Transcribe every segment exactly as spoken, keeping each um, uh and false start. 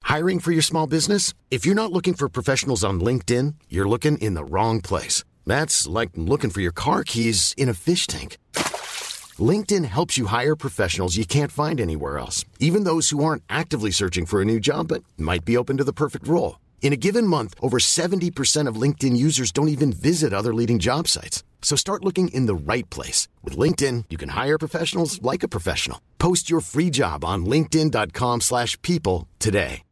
Hiring for your small business? If you're not looking for professionals on LinkedIn, you're looking in the wrong place. That's like looking for your car keys in a fish tank. LinkedIn helps you hire professionals you can't find anywhere else, even those who aren't actively searching for a new job but might be open to the perfect role. In a given month, over seventy percent of LinkedIn users don't even visit other leading job sites. So start looking in the right place. With LinkedIn, you can hire professionals like a professional. Post your free job on linkedin.com slash people today.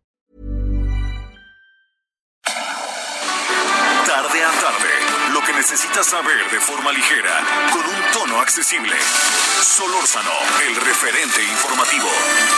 Tarde a tarde, lo que necesitas saber de forma ligera, con un tono accesible. Solórzano, el referente informativo.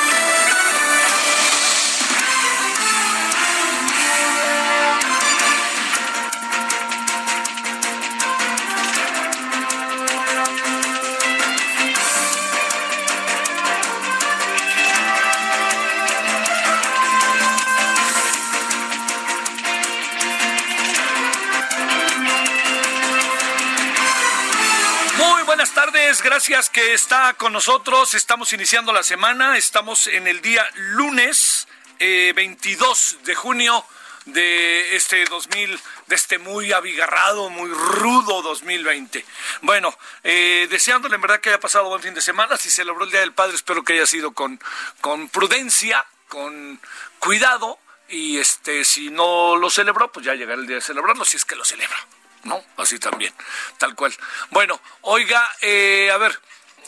Buenas tardes, gracias que está con nosotros. Estamos iniciando la semana, estamos en el día lunes eh, veintidós de junio de este dos mil, de este muy abigarrado, muy rudo dos mil veinte. Bueno, eh, deseándole en verdad que haya pasado buen fin de semana. Si celebró el Día del Padre, espero que haya sido con, con prudencia, con cuidado, y este si no lo celebró, pues ya llegará el día de celebrarlo, si es que lo celebra. ¿No? Así también, tal cual. Bueno, oiga, eh, a ver,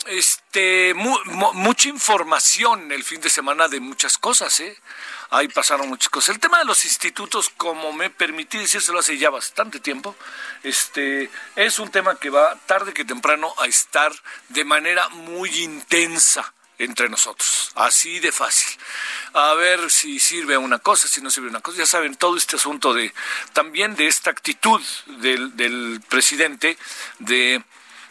este, mu, mu, mucha información el fin de semana de muchas cosas, ¿eh? Ahí pasaron muchas cosas. El tema de los institutos, como me permití decírselo hace ya bastante tiempo, este, es un tema que va tarde que temprano a estar de manera muy intensa entre nosotros, así de fácil. A ver si sirve una cosa, si no sirve una cosa. Ya saben, todo este asunto de también de esta actitud del, del presidente de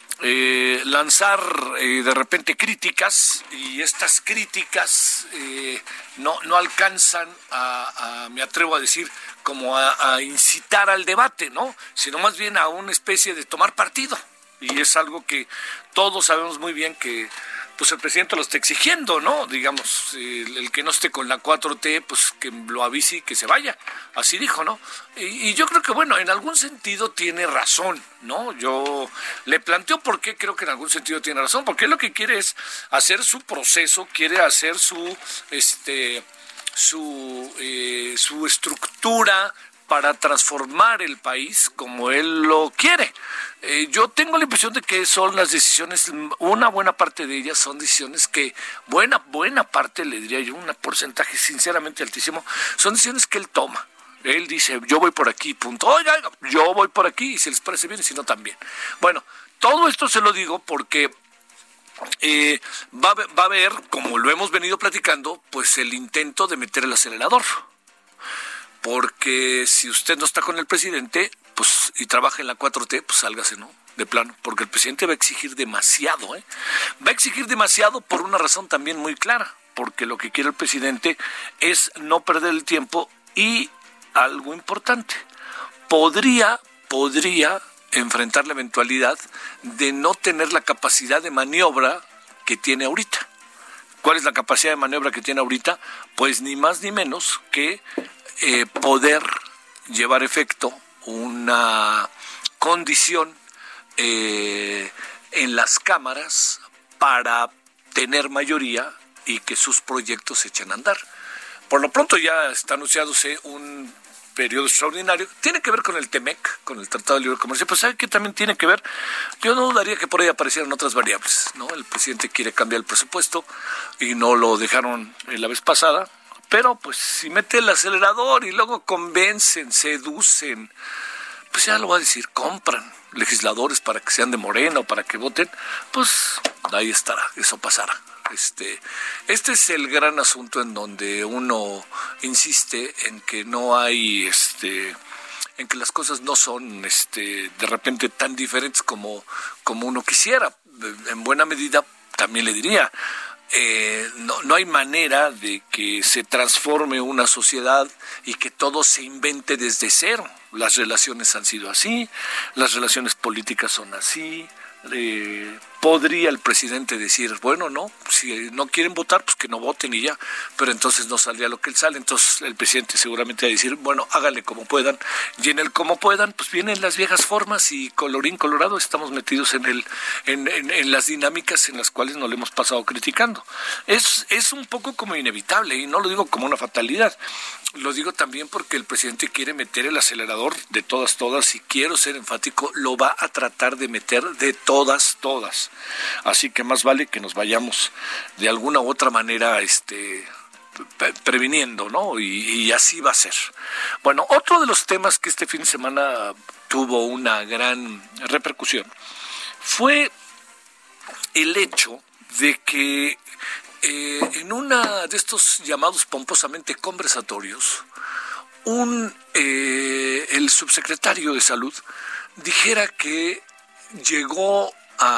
eh, lanzar eh, de repente críticas, y estas críticas eh, no, no alcanzan a, a, me atrevo a decir, como a, a incitar al debate, ¿no? Sino más bien a una especie de tomar partido. Y es algo que todos sabemos muy bien que pues el presidente lo está exigiendo, ¿no? Digamos, el, el que no esté con la cuatro T, pues que lo avise y que se vaya. Así dijo, ¿no? Y, y yo creo que, bueno, en algún sentido tiene razón, ¿no? Yo le planteo por qué creo que en algún sentido tiene razón, porque él lo que quiere es hacer su proceso, quiere hacer su, este, su, eh, su estructura para transformar el país como él lo quiere. Eh, yo tengo la impresión de que son las decisiones, una buena parte de ellas son decisiones que, buena, buena parte, le diría yo, un porcentaje sinceramente altísimo, son decisiones que él toma. Él dice, yo voy por aquí, punto. Oiga, oiga, yo voy por aquí, y si les parece bien, y si no, también. Bueno, todo esto se lo digo porque eh, va, a, va a haber, como lo hemos venido platicando, pues el intento de meter el acelerador. Porque si usted no está con el presidente, pues y trabaja en la cuatro T, pues sálgase, ¿no? De plano, porque el presidente va a exigir demasiado, ¿eh? Va a exigir demasiado por una razón también muy clara, porque lo que quiere el presidente es no perder el tiempo y algo importante, podría, podría enfrentar la eventualidad de no tener la capacidad de maniobra que tiene ahorita. ¿Cuál es la capacidad de maniobra que tiene ahorita? Pues ni más ni menos que Eh, poder llevar efecto una condición eh, en las cámaras para tener mayoría y que sus proyectos se echen a andar. Por lo pronto ya está anunciándose un periodo extraordinario. Tiene que ver con el TEMEC, con el Tratado de Libre Comercio, pues ¿sabe qué también tiene que ver? Yo no dudaría que por ahí aparecieran otras variables, ¿no? El presidente quiere cambiar el presupuesto y no lo dejaron la vez pasada. Pero pues si mete el acelerador y luego convencen, seducen, pues ya lo va a decir, compran legisladores para que sean de Morena o para que voten, pues ahí estará, eso pasará. Este, este es el gran asunto en donde uno insiste en que no hay, este, en que las cosas no son, este, de repente tan diferentes como, como uno quisiera. En buena medida también le diría, Eh, no, no hay manera de que se transforme una sociedad y que todo se invente desde cero. Las relaciones han sido así, las relaciones políticas son así, eh, podría el presidente decir, bueno, no, si no quieren votar, pues que no voten y ya, pero entonces no saldría lo que él sale, entonces el presidente seguramente va a decir, bueno, háganle como puedan, y en el como puedan, pues vienen las viejas formas y colorín colorado, estamos metidos en el en, en, en las dinámicas en las cuales nos le hemos pasado criticando. Es, es un poco como inevitable, y no lo digo como una fatalidad, lo digo también porque el presidente quiere meter el acelerador de todas, todas, y quiero ser enfático, lo va a tratar de meter de todas, todas. Así que más vale que nos vayamos de alguna u otra manera este, pre- previniendo, ¿no? Y, y así va a ser. Bueno, otro de los temas que este fin de semana tuvo una gran repercusión fue el hecho de que eh, en una de estos llamados pomposamente conversatorios, un eh, el subsecretario de Salud dijera que llegó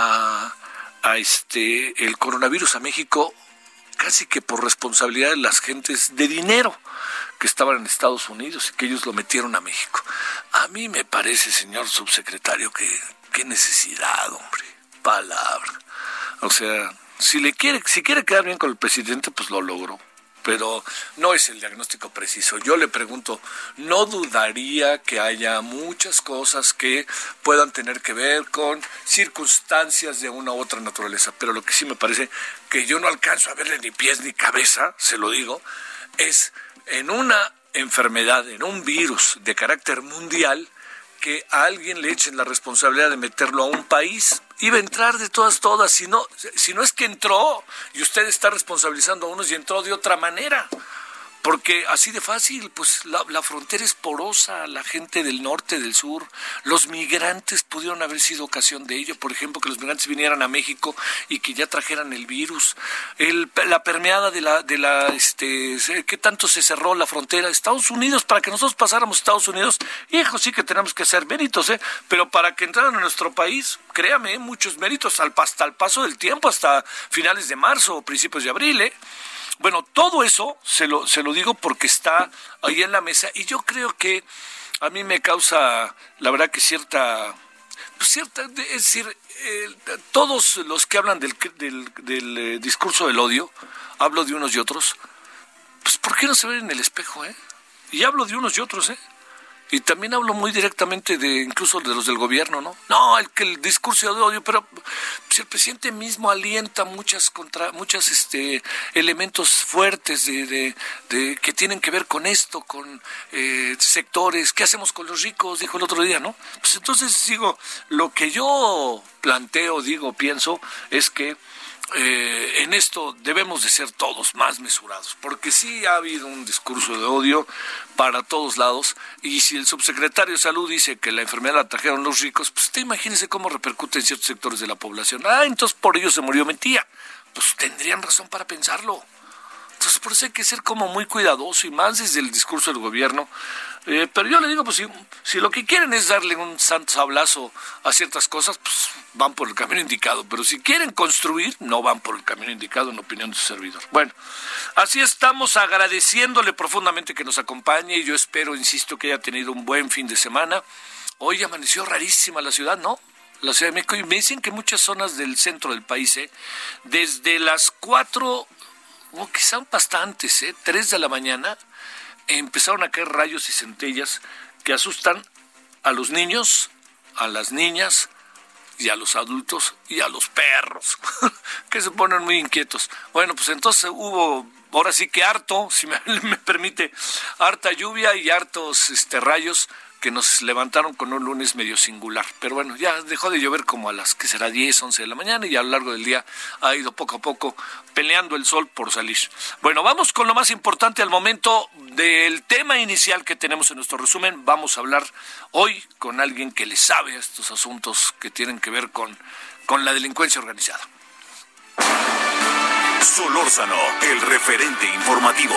a, a este el coronavirus a México casi que por responsabilidad de las gentes de dinero que estaban en Estados Unidos y que ellos lo metieron a México. A mí me parece, señor subsecretario, que qué necesidad, hombre, palabra. O sea, si le quiere, si quiere quedar bien con el presidente, pues lo logró. Pero no es el diagnóstico preciso. Yo le pregunto, no dudaría que haya muchas cosas que puedan tener que ver con circunstancias de una u otra naturaleza, pero lo que sí me parece que yo no alcanzo a verle ni pies ni cabeza, se lo digo, es en una enfermedad, en un virus de carácter mundial, que a alguien le echen la responsabilidad de meterlo a un país. Iba a entrar de todas, todas, si no, si no es que entró y usted está responsabilizando a unos y entró de otra manera. Porque así de fácil, pues la, la frontera es porosa, la gente del norte, del sur, los migrantes pudieron haber sido ocasión de ello, por ejemplo, que los migrantes vinieran a México y que ya trajeran el virus, el, la permeada de la, de la, este, ¿qué tanto se cerró la frontera? Estados Unidos, para que nosotros pasáramos a Estados Unidos, hijo, sí que tenemos que hacer méritos, ¿eh? Pero para que entraran a nuestro país, créame, ¿eh? Muchos méritos, al, hasta el paso del tiempo, hasta finales de marzo o principios de abril, ¿eh? Bueno, todo eso se lo, se lo digo porque está ahí en la mesa y yo creo que a mí me causa, la verdad que cierta, pues cierta, es decir, eh, todos los que hablan del, del, del eh, discurso del odio, hablo de unos y otros, pues ¿por qué no se ven en el espejo, eh? Y hablo de unos y otros, eh. Y también hablo muy directamente de incluso de los del gobierno, ¿no? No, el que el discurso de odio, pero si el presidente mismo alienta muchas contra muchas este elementos fuertes de, de, de que tienen que ver con esto, con eh, sectores, ¿qué hacemos con los ricos? Dijo el otro día, ¿no? Pues entonces digo, lo que yo planteo, digo, pienso, es que Eh, en esto debemos de ser todos más mesurados, porque sí ha habido un discurso de odio para todos lados, y si el subsecretario de Salud dice que la enfermedad la trajeron los ricos, pues usted imagínese cómo repercute en ciertos sectores de la población. Ah, entonces por ello se murió mi tía. Pues tendrían razón para pensarlo. Entonces por eso hay que ser como muy cuidadoso, y más desde el discurso del gobierno. Eh, pero yo le digo, pues si, si lo que quieren es darle un santo sablazo a ciertas cosas, pues van por el camino indicado. Pero si quieren construir, no van por el camino indicado, en opinión de su servidor. Bueno, así estamos, agradeciéndole profundamente que nos acompañe, y yo espero, insisto, que haya tenido un buen fin de semana. Hoy amaneció rarísima la ciudad, ¿no? La Ciudad de México, y me dicen que muchas zonas del centro del país, ¿eh? Desde las cuatro, o quizá bastantes, ¿eh? tres de la mañana, empezaron a caer rayos y centellas que asustan a los niños, a las niñas y a los adultos y a los perros, que se ponen muy inquietos. Bueno, pues entonces hubo, ahora sí que harto, si me, me permite, harta lluvia y hartos este, rayos que nos levantaron con un lunes medio singular. Pero bueno, ya dejó de llover como a las que será diez, once de la mañana, y a lo largo del día ha ido poco a poco peleando el sol por salir. Bueno, vamos con lo más importante al momento del tema inicial que tenemos en nuestro resumen. Vamos a hablar hoy con alguien que le sabe a estos asuntos que tienen que ver con, con la delincuencia organizada. Solórzano, el referente informativo.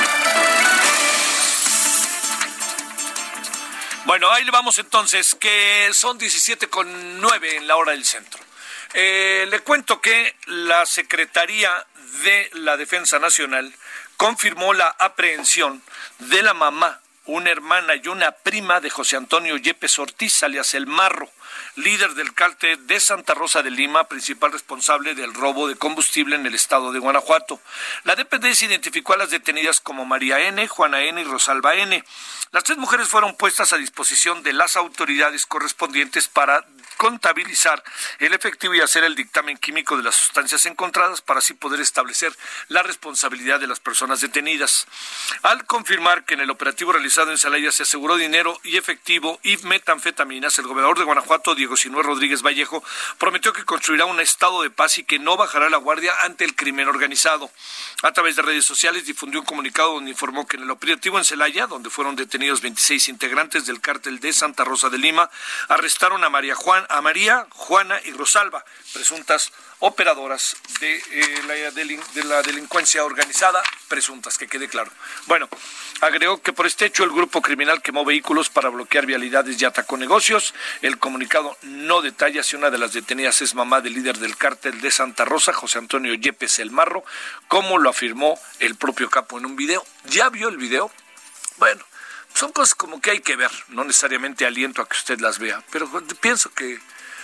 Bueno, ahí le vamos entonces, que son diecisiete con nueve en la hora del centro. Eh, le cuento que la Secretaría de la Defensa Nacional confirmó la aprehensión de la mamá una hermana y una prima de José Antonio Yepes Ortiz, alias El Marro, líder del cártel de Santa Rosa de Lima, principal responsable del robo de combustible en el estado de Guanajuato. La dependencia identificó a las detenidas como María N., Juana N. y Rosalba N. Las tres mujeres fueron puestas a disposición de las autoridades correspondientes para contabilizar el efectivo y hacer el dictamen químico de las sustancias encontradas para así poder establecer la responsabilidad de las personas detenidas. Al confirmar que en el operativo realizado en Celaya se aseguró dinero y efectivo y metanfetaminas, el gobernador de Guanajuato, Diego Sinue Rodríguez Vallejo, prometió que construirá un estado de paz y que no bajará la guardia ante el crimen organizado. A través de redes sociales difundió un comunicado donde informó que en el operativo en Celaya, donde fueron detenidos veintiséis integrantes del cártel de Santa Rosa de Lima, arrestaron a María Juan, a María, Juana y Rosalba, presuntas operadoras de, eh, la, delin, de la delincuencia organizada, presuntas, que quede claro. Bueno, agregó que por este hecho el grupo criminal quemó vehículos para bloquear vialidades y atacó negocios. El comunicado no detalla si una de las detenidas es mamá del líder del cártel de Santa Rosa, José Antonio Yepes El Marro, como lo afirmó el propio capo en un video. ¿Ya vio el video? Bueno, son cosas como que hay que ver, no necesariamente aliento a que usted las vea, pero pienso que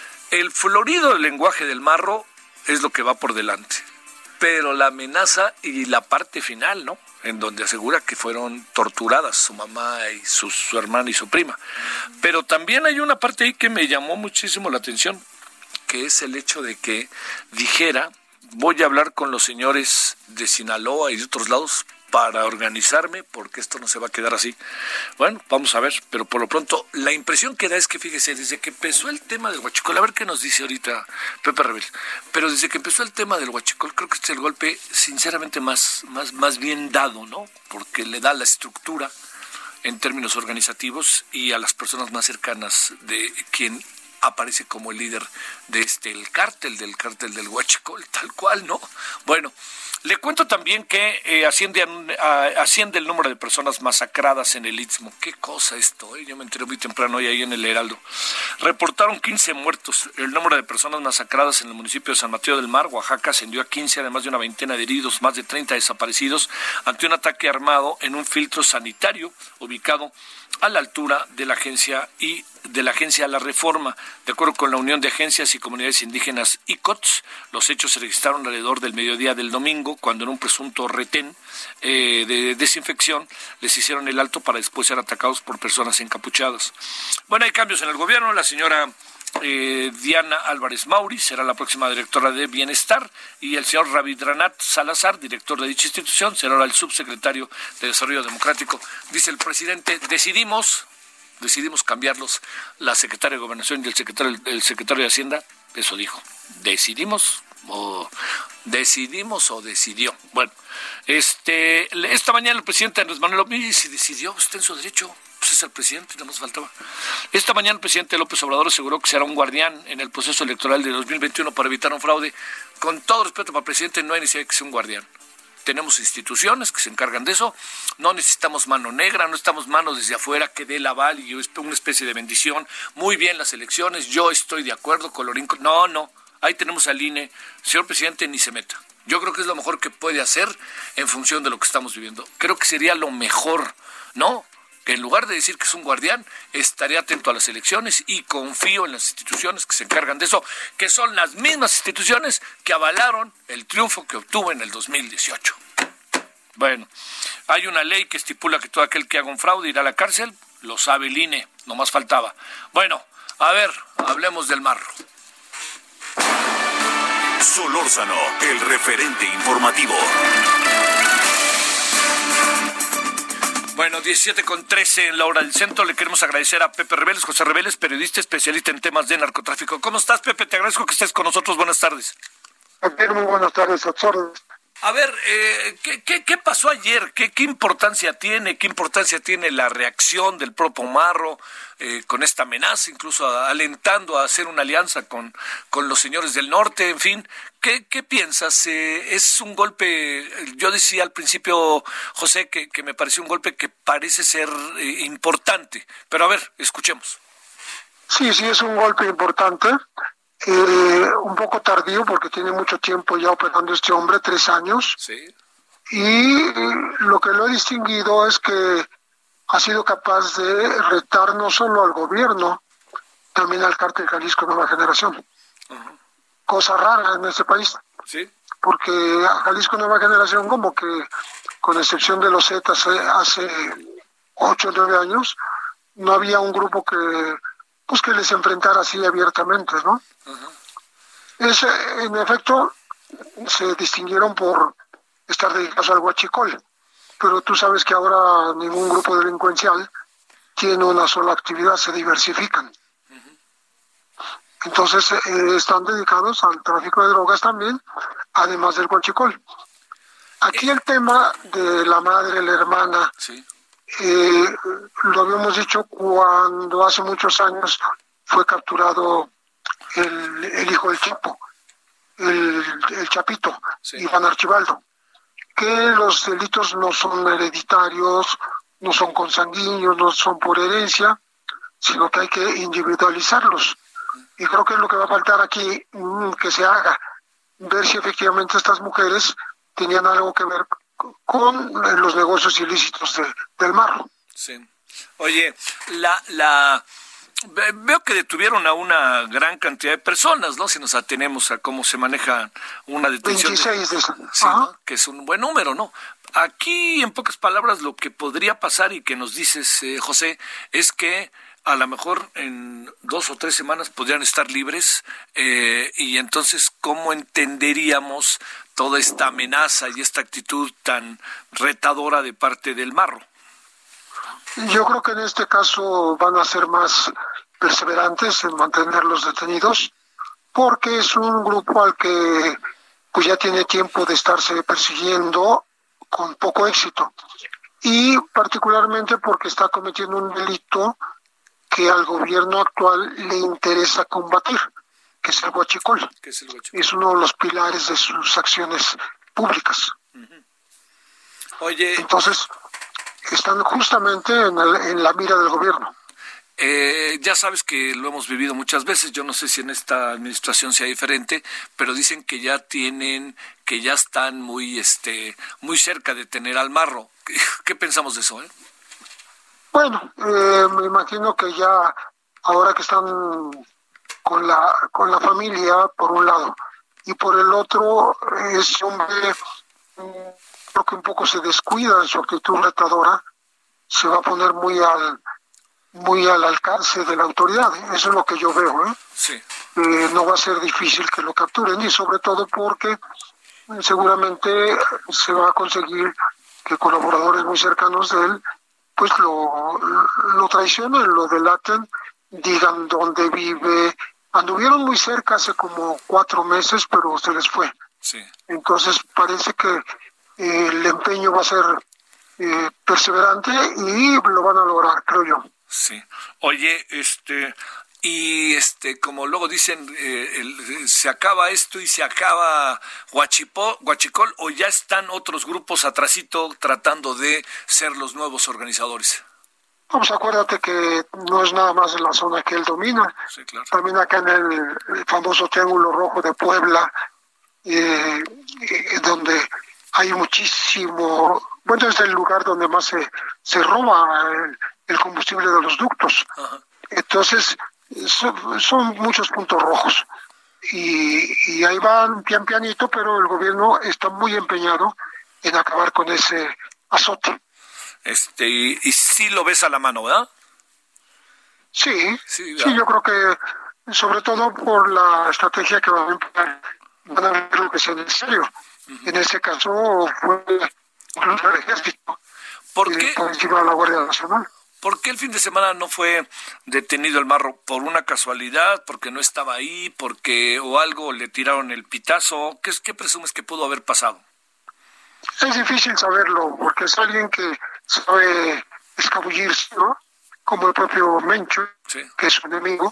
el florido lenguaje del Marro es lo que va por delante, pero la amenaza y la parte final, ¿no?, en donde asegura que fueron torturadas su mamá y su, su hermana y su prima. Pero también hay una parte ahí que me llamó muchísimo la atención, que es el hecho de que dijera: voy a hablar con los señores de Sinaloa y de otros lados para organizarme, porque esto no se va a quedar así. Bueno, vamos a ver, pero por lo pronto la impresión que da es que, fíjese, desde que empezó el tema del huachicol, a ver qué nos dice ahorita Pepe Rebel, pero desde que empezó el tema del huachicol, creo que este es el golpe sinceramente más, más, más bien dado, ¿no?, porque le da la estructura en términos organizativos y a las personas más cercanas de quien aparece como el líder de este, el cártel, del cártel del huachicol, tal cual, ¿no? Bueno, le cuento también que eh, asciende, a, a, asciende el número de personas masacradas en el Istmo. Qué cosa esto, ¿eh? Yo me enteré muy temprano hoy ahí en el Heraldo. Reportaron quince muertos. El número de personas masacradas en el municipio de San Mateo del Mar, Oaxaca, ascendió a quince, además de una veintena de heridos, más de treinta desaparecidos, ante un ataque armado en un filtro sanitario ubicado a la altura de la agencia y de la agencia La Reforma. De acuerdo con la Unión de Agencias y Comunidades Indígenas I C O T S, los hechos se registraron alrededor del mediodía del domingo, cuando en un presunto retén eh, de desinfección les hicieron el alto para después ser atacados por personas encapuchadas. Bueno, hay cambios en el gobierno. La señora Eh, Diana Álvarez Mauri será la próxima directora de Bienestar y el señor Rabindranath Salazar, director de dicha institución, será el subsecretario de Desarrollo Democrático. Dice el presidente: decidimos decidimos cambiarlos, la secretaria de Gobernación y el secretario, el secretario de Hacienda. Eso dijo, decidimos o decidimos o decidió. Bueno, este esta mañana el presidente Andrés Manuel López, si decidió, está en su derecho, pues es el presidente, no nos faltaba. Esta mañana el presidente López Obrador aseguró que será un guardián en el proceso electoral de dos mil veintiuno para evitar un fraude. Con todo respeto para el presidente, no hay necesidad de que sea un guardián. Tenemos instituciones que se encargan de eso, no necesitamos mano negra, no estamos manos desde afuera que dé el aval y una especie de bendición. Muy bien las elecciones, yo estoy de acuerdo, colorín. No, no, ahí tenemos al I N E. Señor presidente, ni se meta. Yo creo que es lo mejor que puede hacer en función de lo que estamos viviendo. Creo que sería lo mejor, ¿no?, que en lugar de decir que es un guardián, estaré atento a las elecciones y confío en las instituciones que se encargan de eso, que son las mismas instituciones que avalaron el triunfo que obtuvo en el dos mil dieciocho. Bueno, hay una ley que estipula que todo aquel que haga un fraude irá a la cárcel, lo sabe el I N E, no más faltaba. Bueno, a ver, hablemos del Marro. Solórzano, el referente informativo. Bueno, diecisiete con trece en la hora del centro. Le queremos agradecer a Pepe Rebeles, José Rebeles, periodista especialista en temas de narcotráfico. ¿Cómo estás, Pepe? Te agradezco que estés con nosotros. Buenas tardes. Muy buenas tardes, Otzor. A ver, eh, ¿qué, qué, ¿qué pasó ayer? ¿Qué, ¿Qué importancia tiene? ¿Qué importancia tiene la reacción del propio Marro eh, con esta amenaza, incluso a, alentando a hacer una alianza con, con los señores del norte? En fin, ¿qué, qué piensas? Eh, es un golpe, yo decía al principio, José, que, que me pareció un golpe que parece ser eh, importante, pero a ver, escuchemos. Sí, sí, es un golpe importante. Eh, un poco tardío porque tiene mucho tiempo ya operando este hombre, tres años. Sí. Y eh, lo que lo he distinguido es que ha sido capaz de retar no solo al gobierno, también al cártel Jalisco Nueva Generación. Uh-huh. Cosa rara en este país. Sí. Porque a Jalisco Nueva Generación, como que, con excepción de los Zetas hace ocho o nueve años, no había un grupo que, pues, que les enfrentara así abiertamente, ¿no? Uh-huh. Es, en efecto, se distinguieron por estar dedicados al huachicol, pero tú sabes que ahora ningún grupo delincuencial tiene una sola actividad, se diversifican. Entonces eh, están dedicados al tráfico de drogas también, además del huachicol. Aquí el tema de la madre, la hermana, sí. eh, lo habíamos dicho cuando hace muchos años fue capturado el, el hijo del Chapo, el, el Chapito, sí. Iván Archibaldo, que los delitos no son hereditarios, no son consanguíneos, no son por herencia, sino que hay que individualizarlos. Y creo que es lo que va a faltar aquí, que se haga, ver si efectivamente estas mujeres tenían algo que ver con los negocios ilícitos de, del marro. Sí. Oye, la, la veo que detuvieron a una gran cantidad de personas, ¿no? Si nos atenemos a cómo se maneja una detención. veintiséis de, de sí, ¿no? Que es un buen número, ¿no? Aquí, en pocas palabras, lo que podría pasar y que nos dices, eh, José, es que a lo mejor en dos o tres semanas podrían estar libres eh, y entonces ¿cómo entenderíamos toda esta amenaza y esta actitud tan retadora de parte del marro? Yo creo que en este caso van a ser más perseverantes en mantenerlos detenidos, porque es un grupo al que pues ya tiene tiempo de estarse persiguiendo con poco éxito, y particularmente porque está cometiendo un delito que al gobierno actual le interesa combatir, que es el huachicol. ¿Qué es el huachicol? Es uno de los pilares de sus acciones públicas. Uh-huh. Oye, entonces están justamente en, el, en la mira del gobierno. Eh, ya sabes que lo hemos vivido muchas veces, yo no sé si en esta administración sea diferente, pero dicen que ya tienen, que ya están muy, este, muy cerca de tener al marro. ¿Qué, qué pensamos de eso, eh? Bueno, eh, me imagino que ya ahora que están con la con la familia por un lado y por el otro, ese hombre creo que un poco se descuida en su actitud retadora, se va a poner muy al muy al alcance de la autoridad. Eso es lo que yo veo, ¿eh? Sí. Eh, no va a ser difícil que lo capturen, y sobre todo porque seguramente se va a conseguir que colaboradores muy cercanos de él pues lo, lo traicionen, lo delaten, digan dónde vive. Anduvieron muy cerca hace como cuatro meses, pero se les fue. Sí. Entonces parece que eh, el empeño va a ser eh, perseverante y lo van a lograr, creo yo. Sí. Oye, este... Y este, como luego dicen, eh, el, se acaba esto y se acaba Huachipó, Huachicol, o ya están otros grupos atrasito tratando de ser los nuevos organizadores. Pues acuérdate que no es nada más en la zona que él domina. Sí, claro. También acá en el, el famoso Triángulo Rojo de Puebla, eh, eh, donde hay muchísimo, bueno, es el lugar donde más se, se roba el, el combustible de los ductos. Ajá. Entonces, Son, son muchos puntos rojos y, y ahí van pian pianito, pero el gobierno está muy empeñado en acabar con ese azote. Este y, y sí lo ves a la mano, ¿verdad? Sí, sí, sí, yo creo que sobre todo por la estrategia que van a emplear, van a ver lo que sea necesario. Uh-huh. En este caso fue incluso el ejército, ¿por qué? Por encima de la Guardia Nacional. ¿Por qué el fin de semana no fue detenido el marro? ¿Por una casualidad? ¿Porque no estaba ahí? ¿Porque o algo le tiraron el pitazo? ¿Qué, qué presumes que pudo haber pasado? Es difícil saberlo, porque es alguien que sabe escabullirse, ¿no? Como el propio Mencho, sí, que es su enemigo.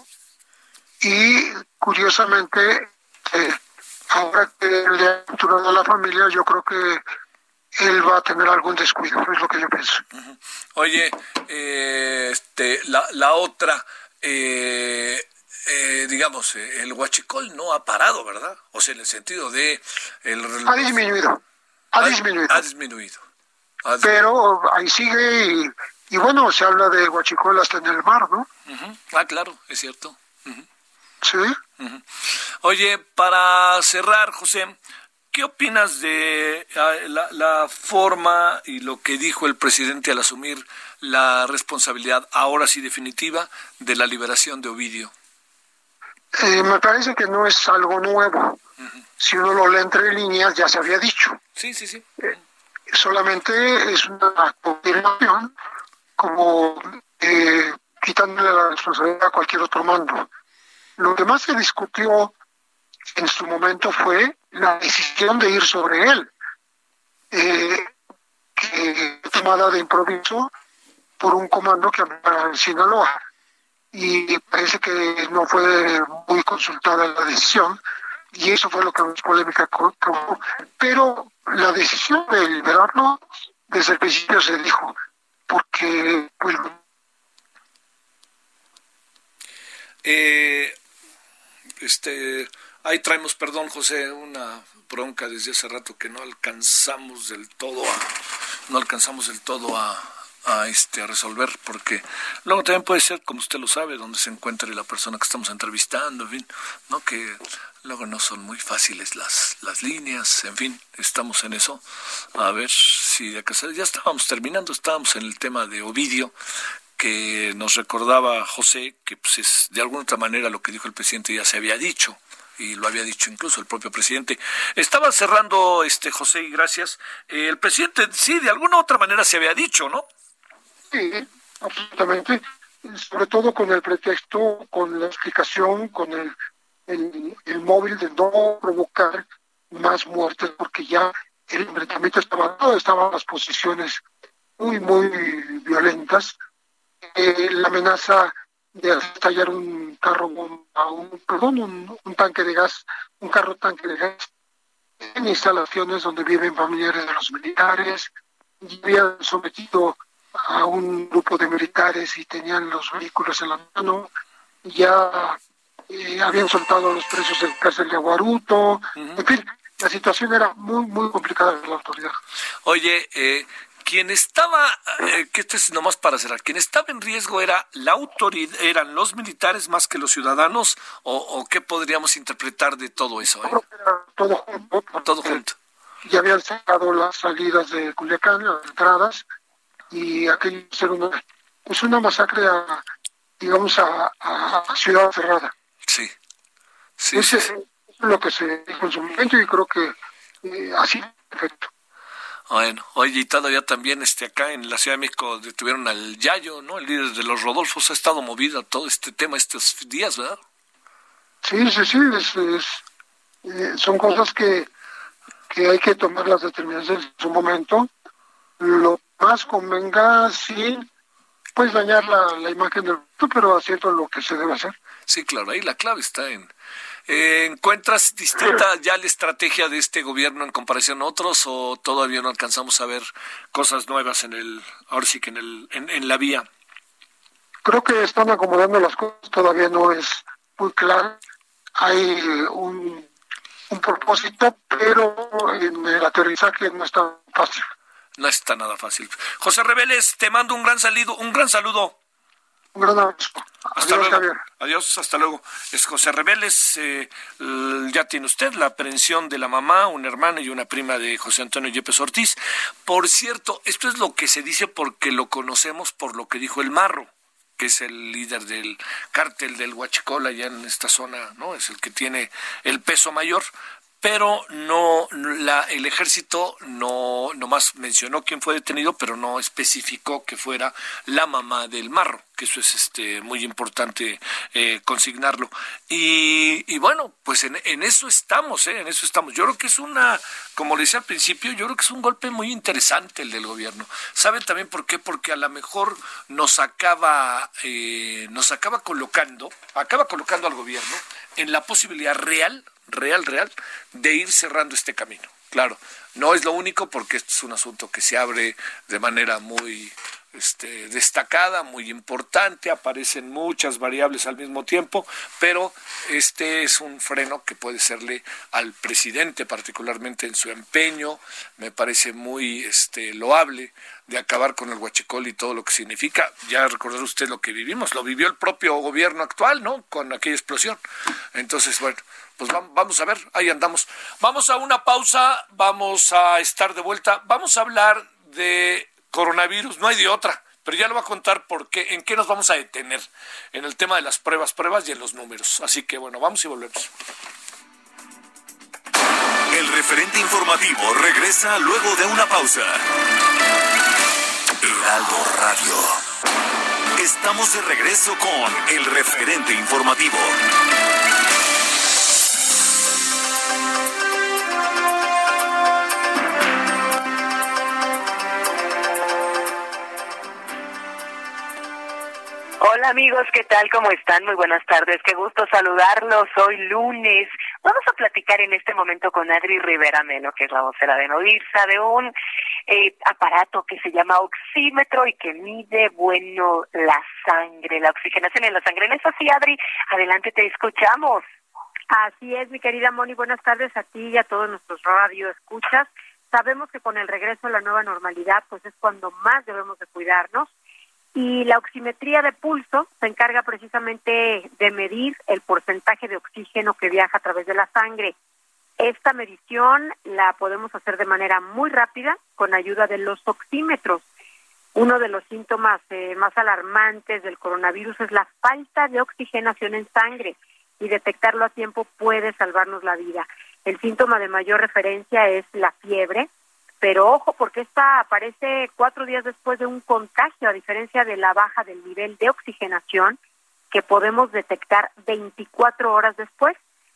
Y curiosamente, eh, ahora que le ha capturado a la familia, yo creo que él va a tener algún descuido, es lo que yo pienso. Uh-huh. Oye, eh, este, la, la otra, eh, eh, digamos, el huachicol no ha parado, ¿verdad? O sea, en el sentido de... El, ha disminuido, ha, ha disminuido. Ha disminuido. Ha disminuido. Pero ahí sigue y, Y bueno, se habla de Huachicol hasta en el mar, ¿no? Uh-huh. Ah, claro, es cierto. Uh-huh. Sí. Uh-huh. Oye, para cerrar, José, ¿qué opinas de la, la forma y lo que dijo el presidente al asumir la responsabilidad, ahora sí definitiva, de la liberación de Ovidio? Eh, me parece que no es algo nuevo. Uh-huh. Si uno lo lee entre líneas, ya se había dicho. Sí, sí, sí. Eh, solamente es una confirmación, como eh, quitándole la responsabilidad a cualquier otro mando. Lo que más se discutió en su momento fue la decisión de ir sobre él, eh, que fue tomada de improviso por un comando que andaba en Sinaloa. Y parece que no fue muy consultada la decisión, y eso fue lo que más polémica causó. Pero la decisión de liberarlo, desde el principio se dijo, porque pues, eh, este ahí traemos, perdón, José, una bronca desde hace rato que no alcanzamos del todo a no alcanzamos del todo a a este a resolver, porque luego también puede ser, como usted lo sabe, donde se encuentre la persona que estamos entrevistando, en fin, no, que luego no son muy fáciles las las líneas, en fin, estamos en eso, a ver si de acá ya estábamos terminando, estábamos en el tema de Ovidio, que nos recordaba José que pues es de alguna otra manera lo que dijo el presidente ya se había dicho, y lo había dicho incluso el propio presidente. Estaba cerrando, este José, y gracias, eh, el presidente sí, de alguna otra manera se había dicho, ¿no? Sí, absolutamente, sobre todo con el pretexto, con la explicación, con el, el, el móvil de no provocar más muertes, porque ya el enfrentamiento estaba dado, estaban las posiciones muy, muy violentas, eh, la amenaza de estallar un carro bomba, un, perdón, un, un tanque de gas, un carro tanque de gas, en instalaciones donde viven familiares de los militares, y habían sometido a un grupo de militares y tenían los vehículos en la mano, ya eh, habían soltado a los presos del cárcel de Aguaruto, uh-huh. En fin, la situación era muy, muy complicada para la autoridad. Oye, eh, quien estaba, eh, que esto es nomás para cerrar, quien estaba en riesgo era la autoridad, eran los militares más que los ciudadanos, o, o qué podríamos interpretar de todo eso, ¿eh? Creo que era todo junto. Todo junto. Ya habían cerrado las salidas de Culiacán, las entradas, y aquello era una, pues una masacre a, digamos, a, a, a ciudad cerrada. Sí, sí, Ese sí. es lo que se dijo en su momento, y creo que eh, así perfecto. Bueno, oye, y todavía también este acá en la Ciudad de México detuvieron al Yayo, ¿no? El líder de los Rodolfos. Ha estado movido todo este tema estos días, ¿verdad? Sí, sí, sí, es, es, eh, son cosas que, que hay que tomar las determinaciones en su momento. Lo más convenga sin pues dañar la, la imagen del producto, pero haciendo lo que se debe hacer. Sí, claro, ahí la clave está en... Eh, ¿Encuentras distinta ya la estrategia de este gobierno en comparación a otros, o todavía no alcanzamos a ver cosas nuevas en el, ahora sí que en el, en, en la vía? Creo que están acomodando las cosas, todavía no es muy claro. Hay un, un propósito, pero en el aterrizaje no está fácil. No está nada fácil. José Reveles, te mando un gran saludo, un gran saludo. Un gran abrazo. Hasta Adiós, luego. Javier. Adiós, hasta luego. Es José Reveles, eh, ya tiene usted la aprehensión de la mamá, una hermana y una prima de José Antonio Yepes Ortiz. Por cierto, esto es lo que se dice porque lo conocemos por lo que dijo el Marro, que es el líder del cártel del Huachicol allá en esta zona, ¿no? Es el que tiene el peso mayor. Pero no, la, el ejército no nomás mencionó quién fue detenido, pero no especificó que fuera la mamá del Marro, que eso es este muy importante eh, consignarlo. Y, y bueno, pues en, en eso estamos, ¿eh? en eso estamos. Yo creo que es una, como le decía al principio, yo creo que es un golpe muy interesante el del gobierno. ¿Saben también por qué? Porque a lo mejor nos acaba, eh, nos acaba colocando, acaba colocando al gobierno en la posibilidad real, real, real, de ir cerrando este camino. Claro, no es lo único, porque este es un asunto que se abre de manera muy, este, destacada, muy importante, aparecen muchas variables al mismo tiempo, pero este es un freno que puede serle al presidente, particularmente en su empeño, me parece muy este, loable, de acabar con el huachicol y todo lo que significa. Ya recordar usted lo que vivimos, lo vivió el propio gobierno actual, ¿no?, con aquella explosión. Entonces, bueno, pues vamos a ver, ahí andamos. Vamos a una pausa, vamos a estar de vuelta, vamos a hablar de coronavirus, no hay de otra, pero ya lo voy a contar por qué, en qué nos vamos a detener, en el tema de las pruebas, pruebas y en los números. Así que bueno, vamos y volvemos. El referente informativo regresa luego de una pausa. Heraldo Radio. Estamos de regreso con el referente informativo. Hola amigos, ¿qué tal? ¿Cómo están? Muy buenas tardes, qué gusto saludarlos. Hoy lunes vamos a platicar en este momento con Adri Rivera Melo, que es la vocera de Nodirsa, de un eh, aparato que se llama oxímetro y que mide, bueno, la sangre, la oxigenación en la sangre. ¿No es así, Adri? Adelante, te escuchamos. Así es, mi querida Moni, buenas tardes a ti y a todos nuestros radio escuchas. Sabemos que con el regreso a la nueva normalidad, pues es cuando más debemos de cuidarnos. Y la oximetría de pulso se encarga precisamente de medir el porcentaje de oxígeno que viaja a través de la sangre. Esta medición la podemos hacer de manera muy rápida con ayuda de los oxímetros. Uno de los síntomas eh, más alarmantes del coronavirus es la falta de oxigenación en sangre, y detectarlo a tiempo puede salvarnos la vida. El síntoma de mayor referencia es la fiebre, pero ojo, porque esta aparece cuatro días después de un contagio, a diferencia de la baja del nivel de oxigenación que podemos detectar veinticuatro horas después.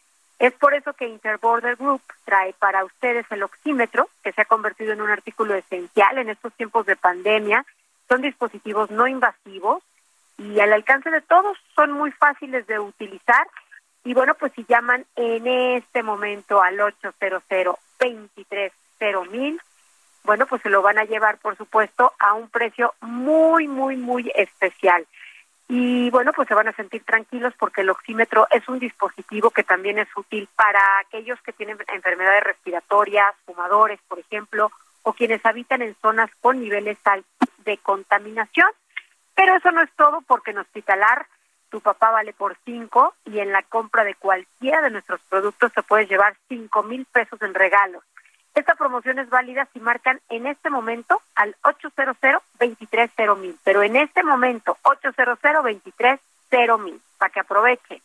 Es por eso que Interborder Group trae para ustedes el oxímetro, que se ha convertido en un artículo esencial en estos tiempos de pandemia. Son dispositivos no invasivos y al alcance de todos, son muy fáciles de utilizar. Y bueno, pues si llaman en este momento al ocho cero cero, veintitrés cero mil, bueno, pues se lo van a llevar, por supuesto, a un precio muy, muy, muy especial. Y bueno, pues se van a sentir tranquilos porque el oxímetro es un dispositivo que también es útil para aquellos que tienen enfermedades respiratorias, fumadores, por ejemplo, o quienes habitan en zonas con niveles altos de contaminación. Pero eso no es todo, porque en Hospitalar tu papá vale por cinco y en la compra de cualquiera de nuestros productos te puedes llevar cinco mil pesos en regalos. Esta promoción es válida si marcan en este momento al ocho cero cero, veintitrés cero mil, pero en este momento ocho cero cero, veintitrés cero mil, para que aprovechen.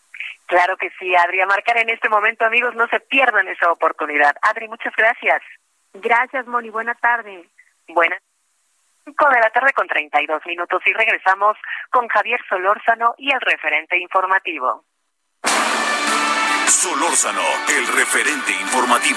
Claro que sí, Adri, a marcar en este momento, amigos, no se pierdan esa oportunidad. Adri, muchas gracias. Gracias, Moni, buena tarde. Buenas. cinco de la tarde con treinta y dos minutos y regresamos con Javier Solórzano y el referente informativo. Solórzano, el referente informativo.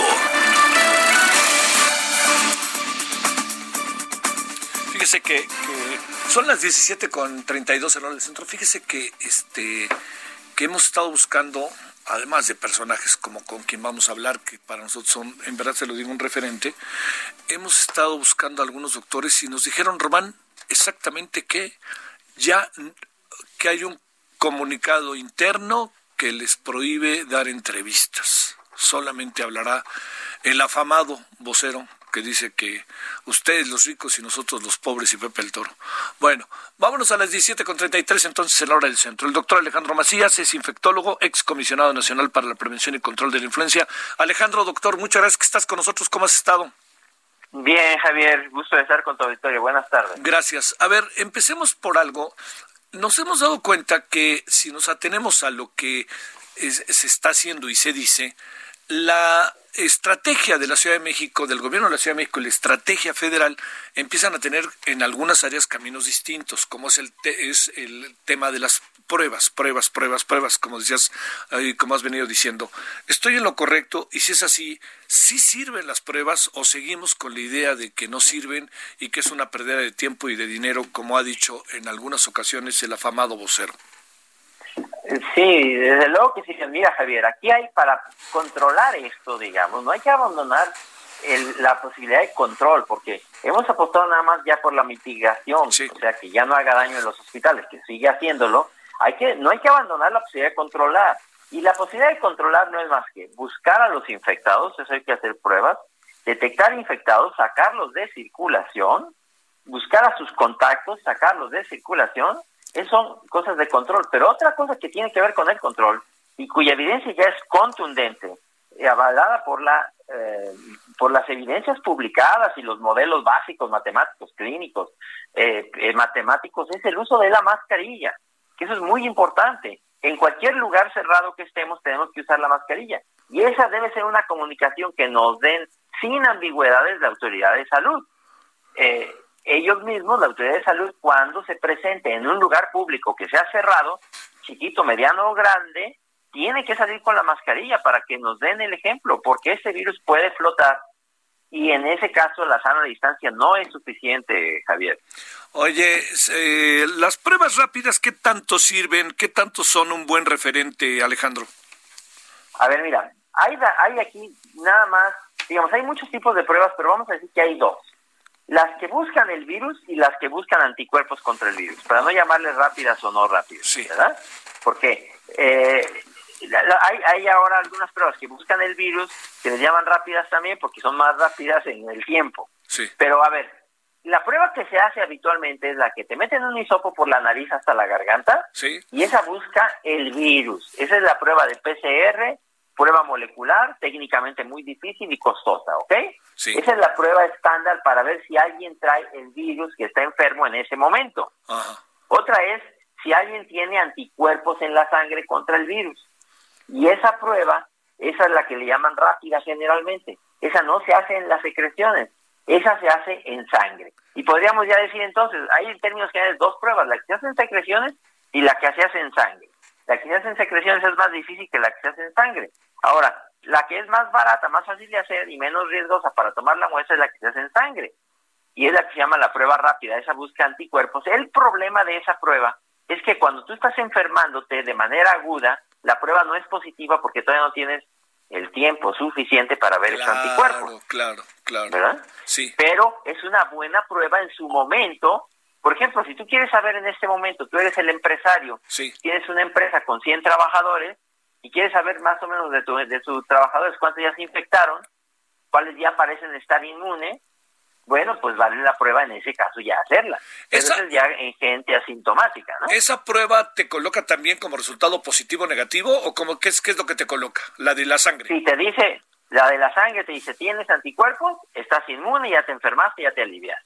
Fíjese que, que son las diecisiete con treinta y dos en hora del centro. Fíjese que este que hemos estado buscando, además de personajes como con quien vamos a hablar, que para nosotros son, en verdad se lo digo, un referente, hemos estado buscando a algunos doctores y nos dijeron, Román, exactamente que ya que hay un comunicado interno que les prohíbe dar entrevistas. Solamente hablará el afamado vocero que dice que ustedes los ricos y nosotros los pobres y Pepe el Toro. Bueno, vámonos a las diecisiete con treinta y tres entonces en la hora del centro. El doctor Alejandro Macías es infectólogo, ex comisionado nacional para la prevención y control de la influenza. Alejandro, doctor, muchas gracias que estás con nosotros. ¿Cómo has estado? Bien, Javier, gusto de estar con tu auditorio. Buenas tardes. Gracias. A ver, empecemos por algo. Nos hemos dado cuenta que si nos atenemos a lo que es, se está haciendo y se dice, la estrategia de la Ciudad de México, del gobierno de la Ciudad de México y la estrategia federal empiezan a tener en algunas áreas caminos distintos, como es el, te, es el tema de las pruebas, pruebas, pruebas, pruebas, como decías, eh, como has venido diciendo. ¿Estoy en lo correcto? Y si es así, ¿sí sirven las pruebas o seguimos con la idea de que no sirven y que es una pérdida de tiempo y de dinero, como ha dicho en algunas ocasiones el afamado vocero? Sí, desde luego que sí. Mira, Javier, aquí hay para controlar esto, digamos, no hay que abandonar el, la posibilidad de control, porque hemos apostado nada más ya por la mitigación, sí. o sea, que ya no haga daño en los hospitales, que sigue haciéndolo. Hay que, no hay que abandonar la posibilidad de controlar. Y la posibilidad de controlar no es más que buscar a los infectados, eso hay que hacer pruebas, detectar infectados, sacarlos de circulación, buscar a sus contactos, sacarlos de circulación. Esas son cosas de control. Pero otra cosa que tiene que ver con el control, y cuya evidencia ya es contundente, avalada por la eh, por las evidencias publicadas y los modelos básicos matemáticos, clínicos, eh, eh, matemáticos, es el uso de la mascarilla, que eso es muy importante. En cualquier lugar cerrado que estemos tenemos que usar la mascarilla, y esa debe ser una comunicación que nos den sin ambigüedades la autoridad de salud. Eh, ellos mismos, la autoridad de salud, cuando se presente en un lugar público que sea cerrado, chiquito, mediano o grande, tiene que salir con la mascarilla para que nos den el ejemplo, porque ese virus puede flotar y en ese caso la sana distancia no es suficiente, Javier. Oye, eh, las pruebas rápidas, ¿qué tanto sirven? ¿Qué tanto son un buen referente, Alejandro? A ver, mira, hay, hay aquí nada más, digamos, hay muchos tipos de pruebas, pero vamos a decir que hay dos. Las que buscan el virus y las que buscan anticuerpos contra el virus, para no llamarles rápidas o no rápidas, sí. ¿Verdad? Porque eh, la, la, hay, hay ahora algunas pruebas que buscan el virus, que les llaman rápidas también, porque son más rápidas en el tiempo. Sí. Pero a ver, la prueba que se hace habitualmente es la que te meten un hisopo por la nariz hasta la garganta, sí. Y esa busca el virus. Esa es la prueba de P C R, prueba molecular, técnicamente muy difícil y costosa, ¿ok? Sí. Esa es la prueba estándar para ver si alguien trae el virus que está enfermo en ese momento. Ajá. Otra es si alguien tiene anticuerpos en la sangre contra el virus. Y esa prueba, esa es la que le llaman rápida generalmente. Esa no se hace en las secreciones, esa se hace en sangre. Y podríamos ya decir entonces, hay en términos generales dos pruebas, la que se hace en secreciones y la que se hace en sangre. La que se hace en secreciones es más difícil que la que se hace en sangre. Ahora, la que es más barata, más fácil de hacer y menos riesgosa para tomar la muestra es la que se hace en sangre. Y es la que se llama la prueba rápida, esa busca anticuerpos. El problema de esa prueba es que cuando tú estás enfermándote de manera aguda, la prueba no es positiva porque todavía no tienes el tiempo suficiente para ver claro, esos anticuerpos. Claro, claro, ¿verdad? Sí. Pero es una buena prueba en su momento. Por ejemplo, si tú quieres saber en este momento, tú eres el empresario, sí. Tienes una empresa con cien trabajadores y quieres saber más o menos de, tu, de sus trabajadores cuántos ya se infectaron, cuáles ya parecen estar inmunes, bueno, pues vale la prueba en ese caso ya hacerla. Pero Esa, eso es ya en gente asintomática, ¿no? ¿Esa prueba te coloca también como resultado positivo o negativo o como qué es, qué es lo que te coloca? La de la sangre. Sí, te dice, la de la sangre te dice, tienes anticuerpos, estás inmune, ya te enfermaste, ya te alivias.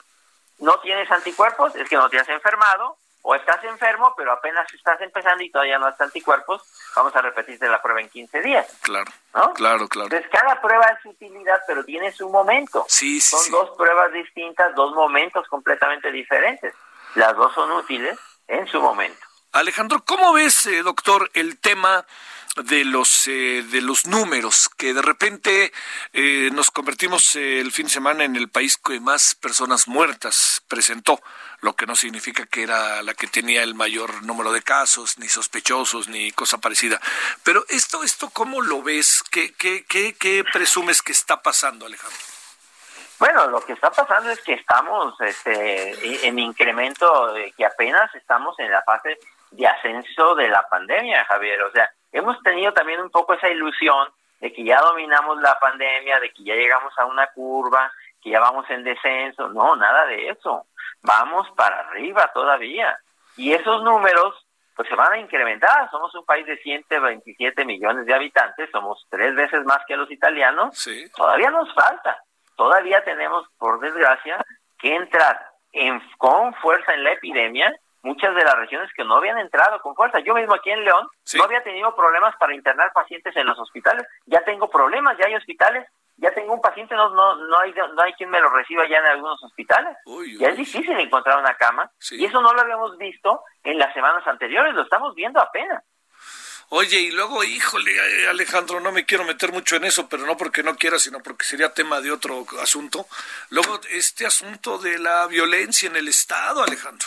No tienes anticuerpos, es que no te has enfermado, o estás enfermo, pero apenas estás empezando y todavía no has anticuerpos, vamos a repetirte la prueba en quince días. Claro, ¿no? claro, claro. Entonces, cada prueba es utilidad, pero tiene su momento. Sí, sí, son sí. dos pruebas distintas, dos momentos completamente diferentes. Las dos son útiles en su momento. Alejandro, ¿cómo ves, eh, doctor, el tema de los eh, de los números, que de repente eh, nos convertimos eh, el fin de semana en el país que más personas muertas presentó, lo que no significa que era la que tenía el mayor número de casos, ni sospechosos, ni cosa parecida? Pero esto, esto ¿cómo lo ves? ¿Qué, qué, qué, qué presumes que está pasando, Alejandro? Bueno, lo que está pasando es que estamos este, en incremento, de que apenas estamos en la fase de ascenso de la pandemia, Javier. O sea, hemos tenido también un poco esa ilusión de que ya dominamos la pandemia, de que ya llegamos a una curva, que ya vamos en descenso. No, nada de eso. Vamos para arriba todavía. Y esos números pues se van a incrementar. Somos un país de ciento veintisiete millones de habitantes, somos tres veces más que los italianos. Sí. Todavía nos falta. Todavía tenemos, por desgracia, que entrar en, con fuerza en la epidemia. Muchas de las regiones que no habían entrado con fuerza. Yo mismo aquí en León sí. no había tenido problemas para internar pacientes en los hospitales. Ya tengo problemas, ya hay hospitales. Ya tengo un paciente, no no no hay no hay quien me lo reciba ya en algunos hospitales. Uy, ya uy. es difícil encontrar una cama. Sí. Y eso no lo habíamos visto en las semanas anteriores, lo estamos viendo apenas. Oye, y luego, híjole, Alejandro, no me quiero meter mucho en eso, pero no porque no quiera, sino porque sería tema de otro asunto. Luego, este asunto de la violencia en el Estado, Alejandro.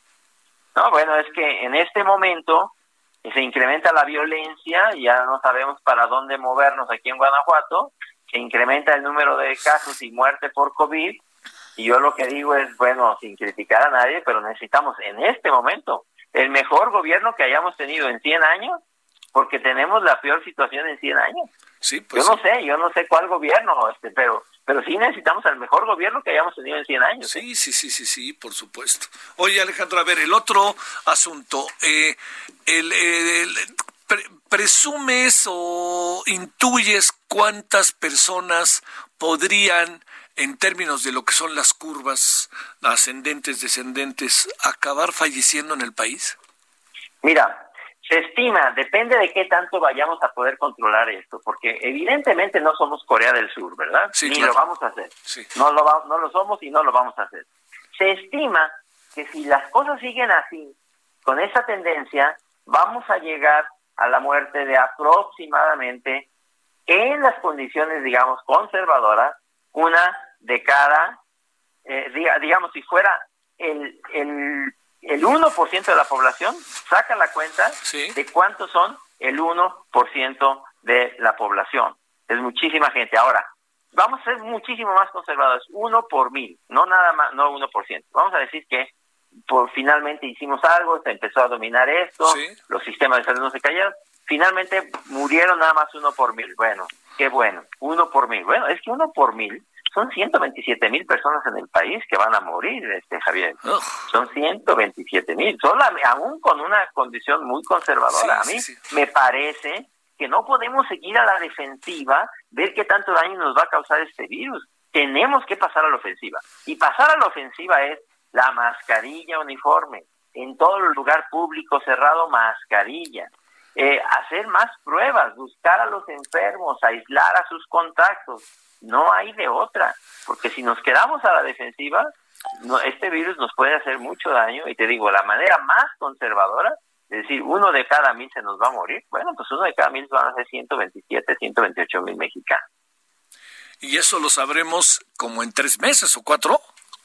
No, bueno, es que en este momento se incrementa la violencia, ya no sabemos para dónde movernos aquí en Guanajuato, se incrementa el número de casos y muerte por COVID, y yo lo que digo es, bueno, sin criticar a nadie, pero necesitamos en este momento el mejor gobierno que hayamos tenido en cien años, porque tenemos la peor situación en cien años. Sí, pues yo no sí. sé, yo no sé cuál gobierno, este, pero pero sí necesitamos al mejor gobierno que hayamos tenido en cien años. Sí, sí, sí, sí, sí, por supuesto. Oye, Alejandro, a ver, el otro asunto, eh, el, el, pre- ¿presumes o intuyes cuántas personas podrían, en términos de lo que son las curvas ascendentes, descendentes, acabar falleciendo en el país? Mira, se estima, depende de qué tanto vayamos a poder controlar esto, porque evidentemente no somos Corea del Sur, ¿verdad? Sí, Ni claro. lo vamos a hacer. Sí. No lo va, no lo somos y no lo vamos a hacer. Se estima que si las cosas siguen así, con esa tendencia, vamos a llegar a la muerte de aproximadamente, en las condiciones, digamos, conservadoras, una de cada, eh, diga, digamos, si fuera el... el el uno por ciento de la población, saca la cuenta sí. de cuántos son el uno por ciento de la población. Es muchísima gente. Ahora, vamos a ser muchísimo más conservadores, uno por mil, no nada más, no uno por ciento. Vamos a decir que por finalmente hicimos algo, se empezó a dominar esto, sí. los sistemas de salud no se cayeron, finalmente murieron nada más uno por mil. Bueno, qué bueno, uno por mil. Bueno, es que uno por mil son ciento veintisiete mil personas en el país que van a morir, este Javier. Ugh. Son ciento veintisiete mil, aún con una condición muy conservadora. Sí, a mí sí, sí. me parece que no podemos seguir a la defensiva, ver qué tanto daño nos va a causar este virus. Tenemos que pasar a la ofensiva. Y pasar a la ofensiva es la mascarilla uniforme. En todo lugar público cerrado, mascarilla. Eh, hacer más pruebas, buscar a los enfermos, aislar a sus contactos. No hay de otra, porque si nos quedamos a la defensiva, no, este virus nos puede hacer mucho daño, y te digo, la manera más conservadora, es decir, uno de cada mil se nos va a morir, bueno, pues uno de cada mil van a ser ciento veintisiete, ciento veintiocho mil mexicanos. ¿Y eso lo sabremos como en tres meses o cuatro?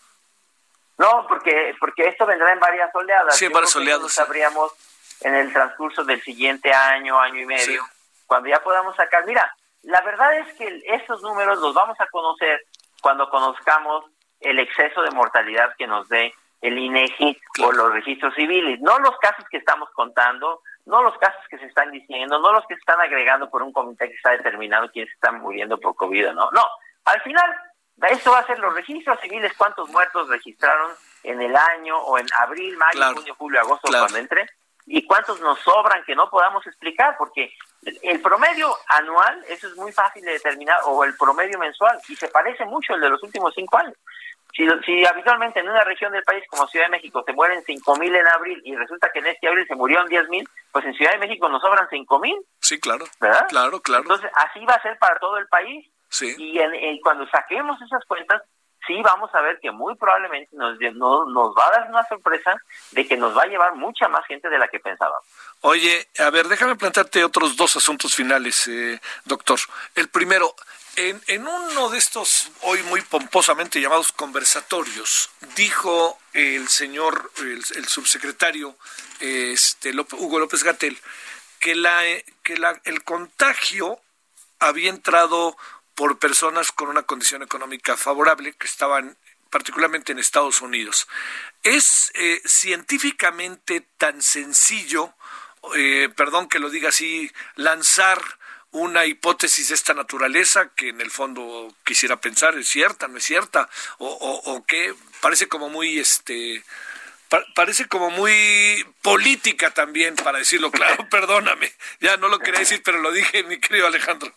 No, porque porque esto vendrá en varias oleadas. Sí, en Yo varias creo que oleadas. Lo Sí. sabríamos en el transcurso del siguiente año, año y medio, Sí. cuando ya podamos sacar. Mira, la verdad es que estos números los vamos a conocer cuando conozcamos el exceso de mortalidad que nos dé el INEGI Claro. o los registros civiles, no los casos que estamos contando, no los casos que se están diciendo, no los que se están agregando por un comité que está determinando quiénes están muriendo por COVID, no, no, al final esto va a ser los registros civiles, cuántos muertos registraron en el año o en abril, mayo, Claro. junio, julio, agosto, Claro. cuando entre, y cuántos nos sobran que no podamos explicar, porque el promedio anual, eso es muy fácil de determinar, o el promedio mensual, y se parece mucho al de los últimos cinco años. Si, si habitualmente en una región del país como Ciudad de México se mueren cinco mil en abril y resulta que en este abril se murieron diez mil, pues en Ciudad de México nos sobran cinco mil, Sí, claro. ¿verdad? Claro, claro. Entonces así va a ser para todo el país. Sí. Y en, en, cuando saquemos esas cuentas, sí vamos a ver que muy probablemente nos, no, nos va a dar una sorpresa de que nos va a llevar mucha más gente de la que pensábamos. Oye, a ver, déjame plantearte otros dos asuntos finales, eh, doctor. El primero, en, en uno de estos hoy muy pomposamente llamados conversatorios, dijo el señor, el, el subsecretario este, López, Hugo López-Gatell, que, la, que la, el contagio había entrado por personas con una condición económica favorable que estaban particularmente en Estados Unidos. ¿Es eh, científicamente tan sencillo, eh, perdón que lo diga así, lanzar una hipótesis de esta naturaleza que en el fondo quisiera pensar es cierta, no es cierta, o, o, o que parece como muy este pa- parece como muy política también, para decirlo claro? Perdóname, ya no lo quería decir, pero lo dije, mi querido Alejandro.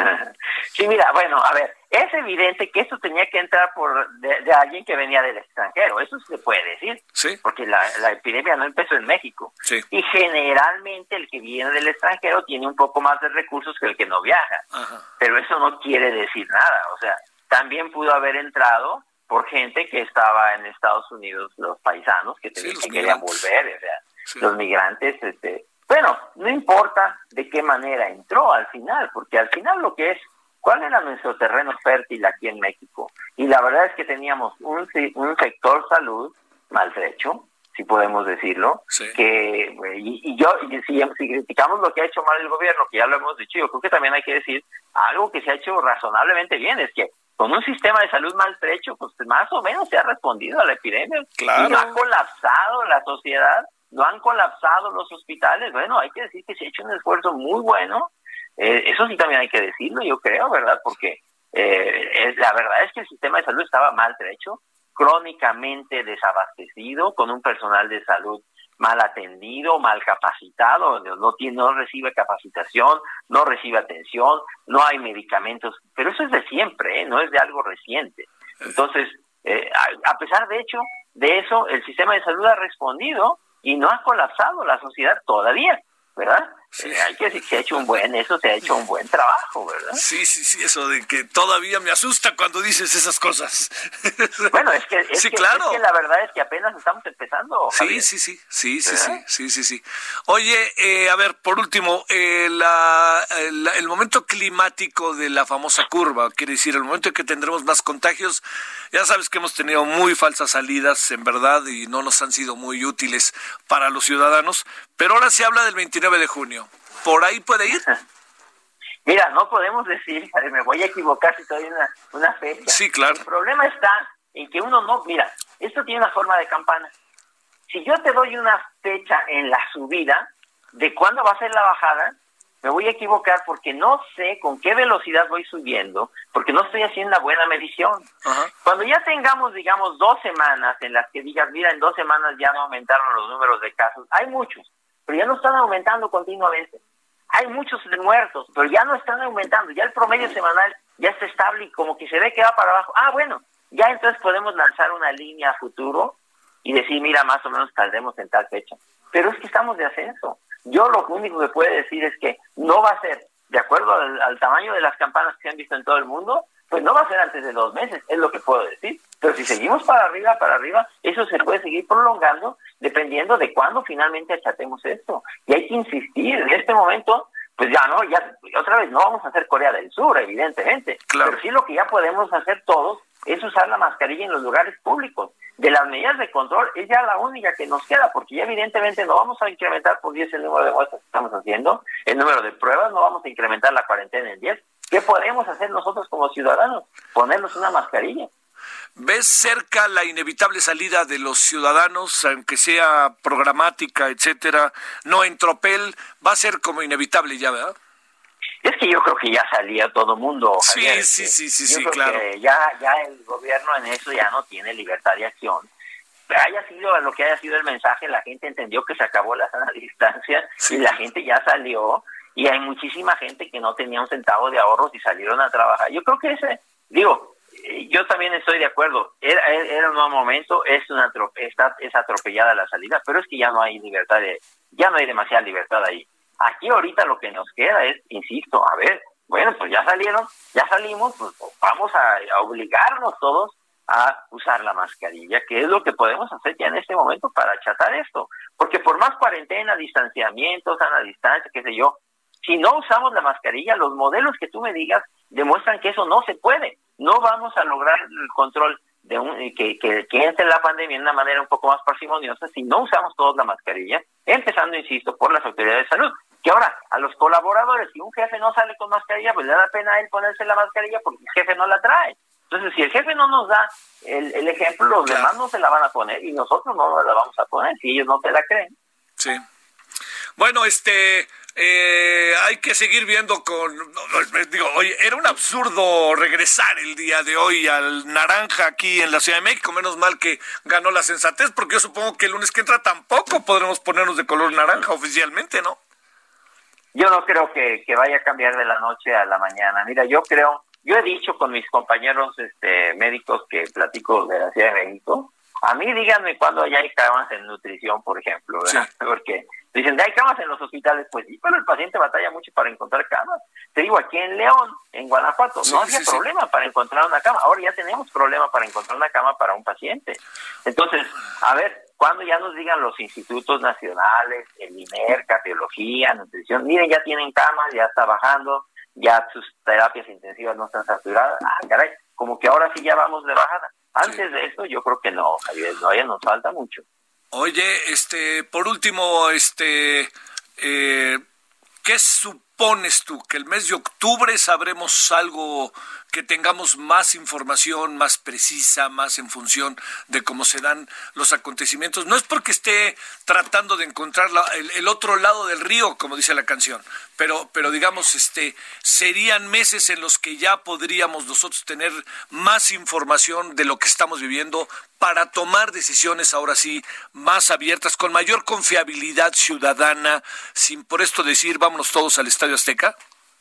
Sí, mira, bueno, a ver, es evidente que esto tenía que entrar por de, de alguien que venía del extranjero, eso se puede decir, Sí. porque la, la epidemia no empezó en México. Sí. Y generalmente el que viene del extranjero tiene un poco más de recursos que el que no viaja. Ajá. Pero eso no quiere decir nada, o sea, también pudo haber entrado por gente que estaba en Estados Unidos, los paisanos que, Sí, tenían, los que querían migrantes. volver, o sea, Sí. los migrantes, este, bueno, no importa de qué manera entró al final, porque al final lo que es, ¿cuál era nuestro terreno fértil aquí en México? Y la verdad es que teníamos un, un sector salud maltrecho, si podemos decirlo, sí. que y, y yo y si, si criticamos lo que ha hecho mal el gobierno, que ya lo hemos dicho, yo creo que también hay que decir algo que se ha hecho razonablemente bien, es que con un sistema de salud maltrecho, pues más o menos se ha respondido a la epidemia. Claro. Y no ha colapsado la sociedad, no han colapsado los hospitales. Bueno, hay que decir que se ha hecho un esfuerzo muy bueno. Eh, eso sí también hay que decirlo, yo creo, ¿verdad? Porque eh, es, la verdad es que el sistema de salud estaba maltrecho, crónicamente desabastecido, con un personal de salud mal atendido, mal capacitado, no tiene, no recibe capacitación, no recibe atención, no hay medicamentos, pero eso es de siempre, ¿eh? No es de algo reciente. Entonces, eh, a, a pesar de hecho de eso, el sistema de salud ha respondido y no ha colapsado la sociedad todavía, ¿verdad? Sí. Eh, hay que decir que se ha hecho un buen, eso se ha hecho un buen trabajo, ¿verdad? Sí, sí, sí, eso de que todavía me asusta cuando dices esas cosas. Bueno, es que, es, sí, que, claro. es que la verdad es que apenas estamos empezando. Sí, Javier. sí, sí, sí, sí, sí, sí, sí, sí. Oye, eh, a ver, por último, eh, la, el, el momento climático de la famosa curva, quiere decir, el momento en que tendremos más contagios, ya sabes que hemos tenido muy falsas salidas, en verdad, y no nos han sido muy útiles para los ciudadanos, pero ahora se habla del veintinueve de junio. ¿Por ahí puede ir? Mira, no podemos decir, me voy a equivocar si te doy una, una fecha. Sí, claro. El problema está en que uno no, mira, esto tiene una forma de campana. Si yo te doy una fecha en la subida de cuándo va a ser la bajada, me voy a equivocar porque no sé con qué velocidad voy subiendo, porque no estoy haciendo una buena medición. Uh-huh. Cuando ya tengamos, digamos, dos semanas en las que digas, mira, en dos semanas ya no aumentaron los números de casos, hay muchos, pero ya no están aumentando continuamente. Hay muchos muertos, pero ya no están aumentando. Ya el promedio semanal ya está estable y como que se ve que va para abajo. Ah, bueno, ya entonces podemos lanzar una línea a futuro y decir, mira, más o menos tardemos en tal fecha. Pero es que estamos de ascenso. Yo lo único que puedo decir es que no va a ser, de acuerdo al, al tamaño de las campanas que se han visto en todo el mundo, pues no va a ser antes de dos meses, es lo que puedo decir. Pero si seguimos para arriba, para arriba, eso se puede seguir prolongando dependiendo de cuándo finalmente achatemos esto. Y hay que insistir, en este momento, pues ya no, ya otra vez no vamos a hacer Corea del Sur, evidentemente. Claro. Pero sí lo que ya podemos hacer todos es usar la mascarilla en los lugares públicos. De las medidas de control es ya la única que nos queda, porque ya evidentemente no vamos a incrementar por diez el número de muestras que estamos haciendo, el número de pruebas, no vamos a incrementar la cuarentena en diez. ¿Qué podemos hacer nosotros como ciudadanos? Ponernos una mascarilla. ¿Ves cerca la inevitable salida de los ciudadanos, aunque sea programática, etcétera? No en tropel, va a ser como inevitable ya, ¿verdad? Es que yo creo que ya salía todo mundo. Sí, Javier, sí, sí, sí, yo sí, creo claro. Que ya, ya el gobierno en eso ya no tiene libertad de acción. Haya sido lo que haya sido el mensaje, la gente entendió que se acabó la sana distancia sí. Y la gente ya salió. Y hay muchísima gente que no tenía un centavo de ahorros y salieron a trabajar. Yo creo que ese, digo, yo también estoy de acuerdo. Era, era un nuevo momento, es una está, es atropellada la salida, pero es que ya no hay libertad, de, ya no hay demasiada libertad ahí. Aquí ahorita lo que nos queda es, insisto, a ver, bueno, pues ya salieron, ya salimos, pues vamos a, a obligarnos todos a usar la mascarilla, que es lo que podemos hacer ya en este momento para achatar esto. Porque por más cuarentena, distanciamiento, sana distancia, qué sé yo, si no usamos la mascarilla, los modelos que tú me digas demuestran que eso no se puede. No vamos a lograr el control de un que, que, que entre la pandemia de una manera un poco más parsimoniosa si no usamos todos la mascarilla, empezando, insisto, por las autoridades de salud. Que ahora, a los colaboradores, si un jefe no sale con mascarilla, pues le da pena a él ponerse la mascarilla porque el jefe no la trae. Entonces, si el jefe no nos da el, el ejemplo, los claro. demás no se la van a poner y nosotros no nos la vamos a poner si ellos no se la creen. Sí. Bueno, este... Eh, hay que seguir viendo con, digo, oye, era un absurdo regresar el día de hoy al naranja aquí en la Ciudad de México, menos mal que ganó la sensatez, porque yo supongo que el lunes que entra tampoco podremos ponernos de color naranja oficialmente, ¿no? Yo no creo que, que vaya a cambiar de la noche a la mañana. Mira, yo creo, yo he dicho con mis compañeros este, médicos que platico de la Ciudad de México, a mí díganme cuándo ya hay camas en nutrición, por ejemplo, ¿verdad? Sí. Porque dicen, hay camas en los hospitales, pues sí, pero el paciente batalla mucho para encontrar camas. Te digo, aquí en León, en Guanajuato, sí, no había sí, problema sí. para encontrar una cama. Ahora ya tenemos problema para encontrar una cama para un paciente. Entonces, a ver, cuando ya nos digan los institutos nacionales, el I N E R, cardiología, nutrición, miren, ya tienen camas, ya está bajando, ya sus terapias intensivas no están saturadas. Ah, caray, como que ahora sí ya vamos de bajada. Antes sí. de eso, yo creo que no, Javier, no, ya nos falta mucho. Oye, este, por último, este, eh, ¿qué supones tú? ¿Que el mes de octubre sabremos algo, que tengamos más información más precisa, más en función de cómo se dan los acontecimientos? No es porque esté tratando de encontrar la, el, el otro lado del río, como dice la canción, pero, pero digamos, este, serían meses en los que ya podríamos nosotros tener más información de lo que estamos viviendo para tomar decisiones ahora sí más abiertas, con mayor confiabilidad ciudadana, sin por esto decir vámonos todos al Estadio Azteca.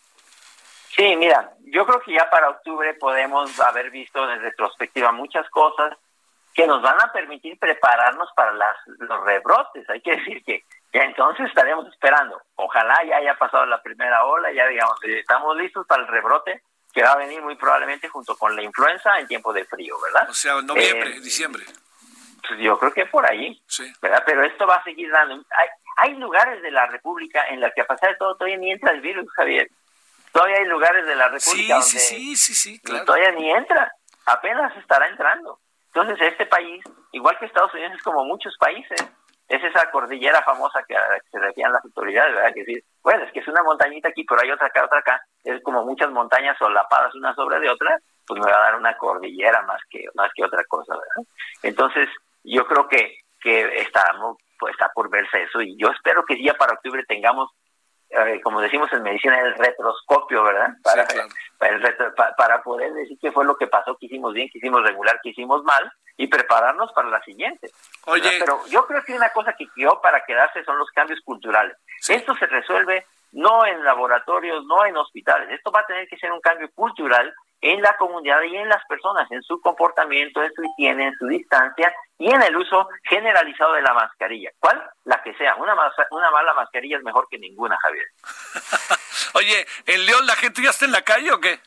Sí, mira, yo creo que ya para octubre podemos haber visto en retrospectiva muchas cosas que nos van a permitir prepararnos para las, los rebrotes. Hay que decir que ya entonces estaremos esperando. Ojalá ya haya pasado la primera ola, ya digamos, estamos listos para el rebrote que va a venir muy probablemente junto con la influenza en tiempo de frío, ¿verdad? O sea, noviembre, eh, diciembre. Pues yo creo que por ahí, sí. ¿verdad? Pero esto va a seguir dando. Hay, hay lugares de la República en los que a pesar de todo todavía ni entra el virus, Javier. Todavía hay lugares de la República sí, donde sí, sí, sí, claro. todavía ni entra, apenas estará entrando. Entonces este país, igual que Estados Unidos, es como muchos países, es esa cordillera famosa que, a la que se refieren las autoridades, ¿verdad? Que decir, bueno, es que es una montañita aquí, pero hay otra acá, otra acá, es como muchas montañas solapadas una sobre de otra, pues me va a dar una cordillera más que más que otra cosa, ¿verdad? Entonces yo creo que que está, pues, está por verse eso, y yo espero que ya para octubre tengamos, Eh, como decimos en medicina, el retroscopio, ¿verdad? Para, sí, claro. para, el retro, pa, para poder decir qué fue lo que pasó, qué hicimos bien, qué hicimos regular, qué hicimos mal, y prepararnos para la siguiente. Oye, ¿verdad? Pero yo creo que una cosa que quedó para quedarse son los cambios culturales. Sí. Esto se resuelve no en laboratorios, no en hospitales. Esto va a tener que ser un cambio cultural en la comunidad y en las personas, en su comportamiento, en su higiene, en su distancia y en el uso generalizado de la mascarilla. ¿Cuál? La que sea. Una, mas- una mala mascarilla es mejor que ninguna, Javier. Oye, ¿en León la gente ya está en la calle o qué?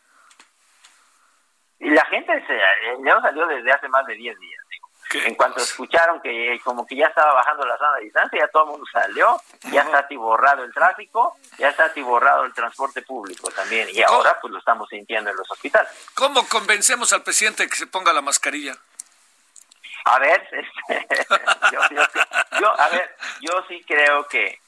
Y la gente, se, el León salió desde hace más de diez días, digo. En cuanto escucharon que como que ya estaba bajando la sana distancia, ya todo el mundo salió, ya está atiborrado el tráfico, ya está atiborrado el transporte público también, y ahora ¿Cómo? pues lo estamos sintiendo en los hospitales. ¿Cómo convencemos al presidente de que se ponga la mascarilla? A ver, este, yo, yo, yo, a ver, yo sí creo que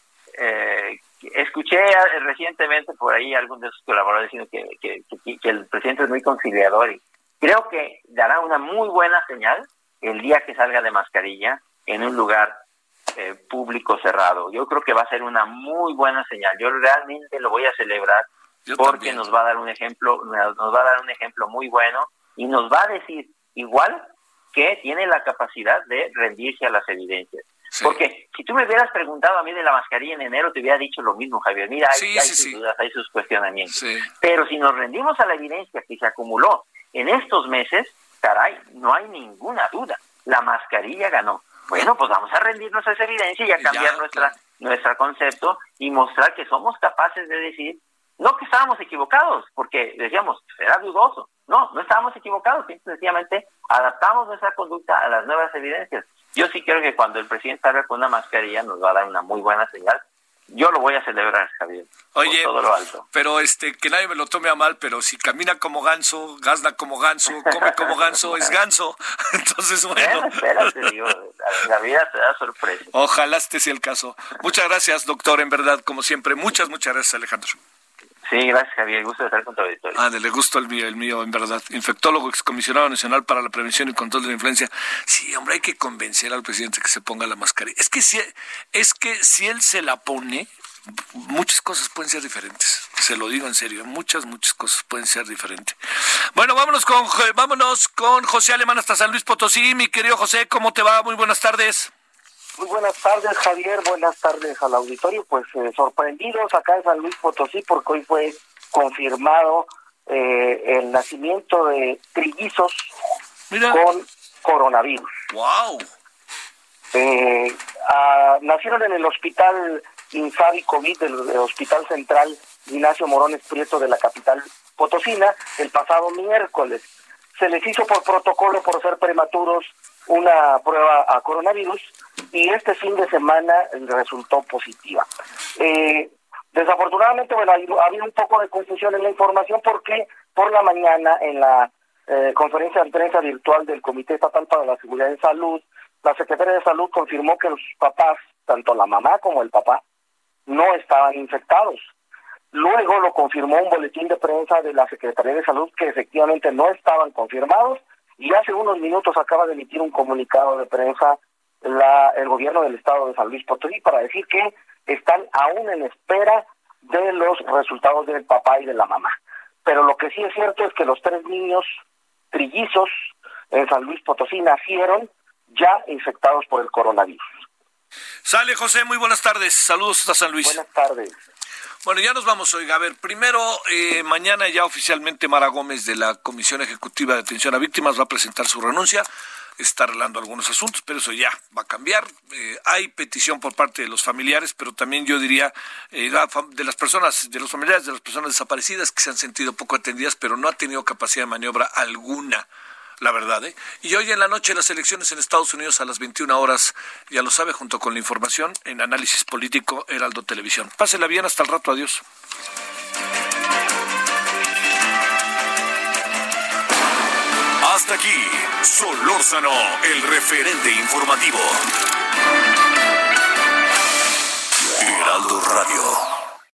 eh, escuché recientemente por ahí a algún de sus colaboradores diciendo que, que, que, que el presidente es muy conciliador, y creo que dará una muy buena señal el día que salga de mascarilla en un lugar eh, público cerrado. Yo creo que va a ser una muy buena señal. Yo realmente lo voy a celebrar Yo porque también. nos va a dar un ejemplo, nos va a dar un ejemplo muy bueno y nos va a decir igual que tiene la capacidad de rendirse a las evidencias. Sí. Porque si tú me hubieras preguntado a mí de la mascarilla en enero, te hubiera dicho lo mismo, Javier. Mira, hay, sí, hay sí, sus sí. dudas, hay sus cuestionamientos. Sí. Pero si nos rendimos a la evidencia que se acumuló en estos meses, caray, no hay ninguna duda. La mascarilla ganó. Bueno, pues vamos a rendirnos a esa evidencia y a cambiar ya, nuestra claro. nuestro concepto y mostrar que somos capaces de decir, no que estábamos equivocados, porque decíamos, era dudoso. No, no estábamos equivocados, sencillamente adaptamos nuestra conducta a las nuevas evidencias. Yo sí creo que cuando el presidente salga con una mascarilla nos va a dar una muy buena señal. Yo lo voy a celebrar, Javier. Oye, por todo lo alto. Pero este, que nadie me lo tome a mal, pero si camina como ganso, gazna como ganso, come como ganso, es ganso. Entonces, bueno. bueno espérate, digo, la, la vida te da sorpresa. Ojalá este sea el caso. Muchas gracias, doctor, en verdad, como siempre. Muchas, muchas gracias, Alejandro. Sí, gracias, Javier. Gusto de estar con tu auditorio. Ah, le gusto el mío, el mío, en verdad. Infectólogo, excomisionado nacional para la prevención y control de la influencia. Sí, hombre, hay que convencer al presidente que se ponga la mascarilla. Es que si, es que si él se la pone, muchas cosas pueden ser diferentes. Se lo digo en serio, muchas, muchas cosas pueden ser diferentes. Bueno, vámonos con, vámonos con José Alemán hasta San Luis Potosí. Mi querido José, ¿cómo te va? Muy buenas tardes. Muy buenas tardes, Javier. Buenas tardes al auditorio. Pues eh, sorprendidos acá en San Luis Potosí porque hoy fue confirmado eh, el nacimiento de trillizos Mira. con coronavirus. ¡Wow! Eh, a, nacieron en el hospital Infavi COVID, del, del Hospital Central Ignacio Morones Prieto de la capital potosina, el pasado miércoles. Se les hizo por protocolo, por ser prematuros, una prueba a coronavirus y este fin de semana resultó positiva. Eh, desafortunadamente, bueno, había un poco de confusión en la información porque por la mañana en la eh, conferencia de prensa virtual del Comité Estatal para la Seguridad en Salud, la Secretaría de Salud confirmó que los papás, tanto la mamá como el papá, no estaban infectados. Luego lo confirmó un boletín de prensa de la Secretaría de Salud que efectivamente no estaban confirmados, y hace unos minutos acaba de emitir un comunicado de prensa la, el gobierno del estado de San Luis Potosí para decir que están aún en espera de los resultados del papá y de la mamá. Pero lo que sí es cierto es que los tres niños trillizos en San Luis Potosí nacieron ya infectados por el coronavirus. Sale, José, muy buenas tardes. Saludos hasta San Luis. Buenas tardes. Bueno, ya nos vamos, oiga. A ver, primero, eh, mañana ya oficialmente Mara Gómez de la Comisión Ejecutiva de Atención a Víctimas va a presentar su renuncia. Está arreglando algunos asuntos, pero eso ya va a cambiar. Eh, hay petición por parte de los familiares, pero también yo diría eh, de las personas, de los familiares de las personas desaparecidas que se han sentido poco atendidas, pero no ha tenido capacidad de maniobra alguna, la verdad, ¿eh? Y hoy en la noche las elecciones en Estados Unidos a las veintiuna horas, ya lo sabe, junto con la información en Análisis Político, Heraldo Televisión. Pásela bien, hasta el rato, adiós. Hasta aquí, Solórzano, el referente informativo. Heraldo Radio.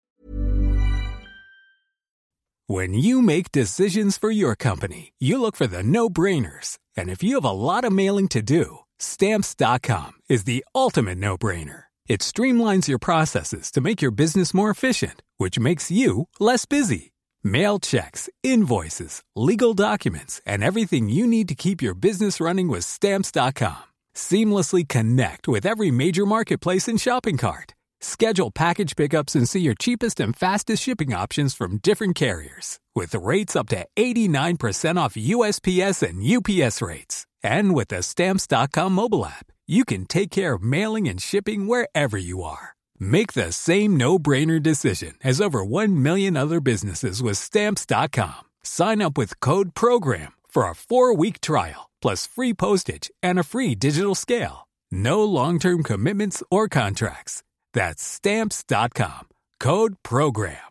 When you make decisions for your company, you look for the no-brainers. And if you have a lot of mailing to do, Stamps dot com is the ultimate no-brainer. It streamlines your processes to make your business more efficient, which makes you less busy. Mail checks, invoices, legal documents, and everything you need to keep your business running with Stamps dot com. Seamlessly connect with every major marketplace and shopping cart. Schedule package pickups and see your cheapest and fastest shipping options from different carriers, with rates up to eighty-nine percent off U S P S and U P S rates. And with the Stamps dot com mobile app, you can take care of mailing and shipping wherever you are. Make the same no-brainer decision as over one million other businesses with Stamps dot com. Sign up with code PROGRAM for a four-week trial, plus free postage and a free digital scale. No long-term commitments or contracts. That's Stamps dot com. Code PROGRAM.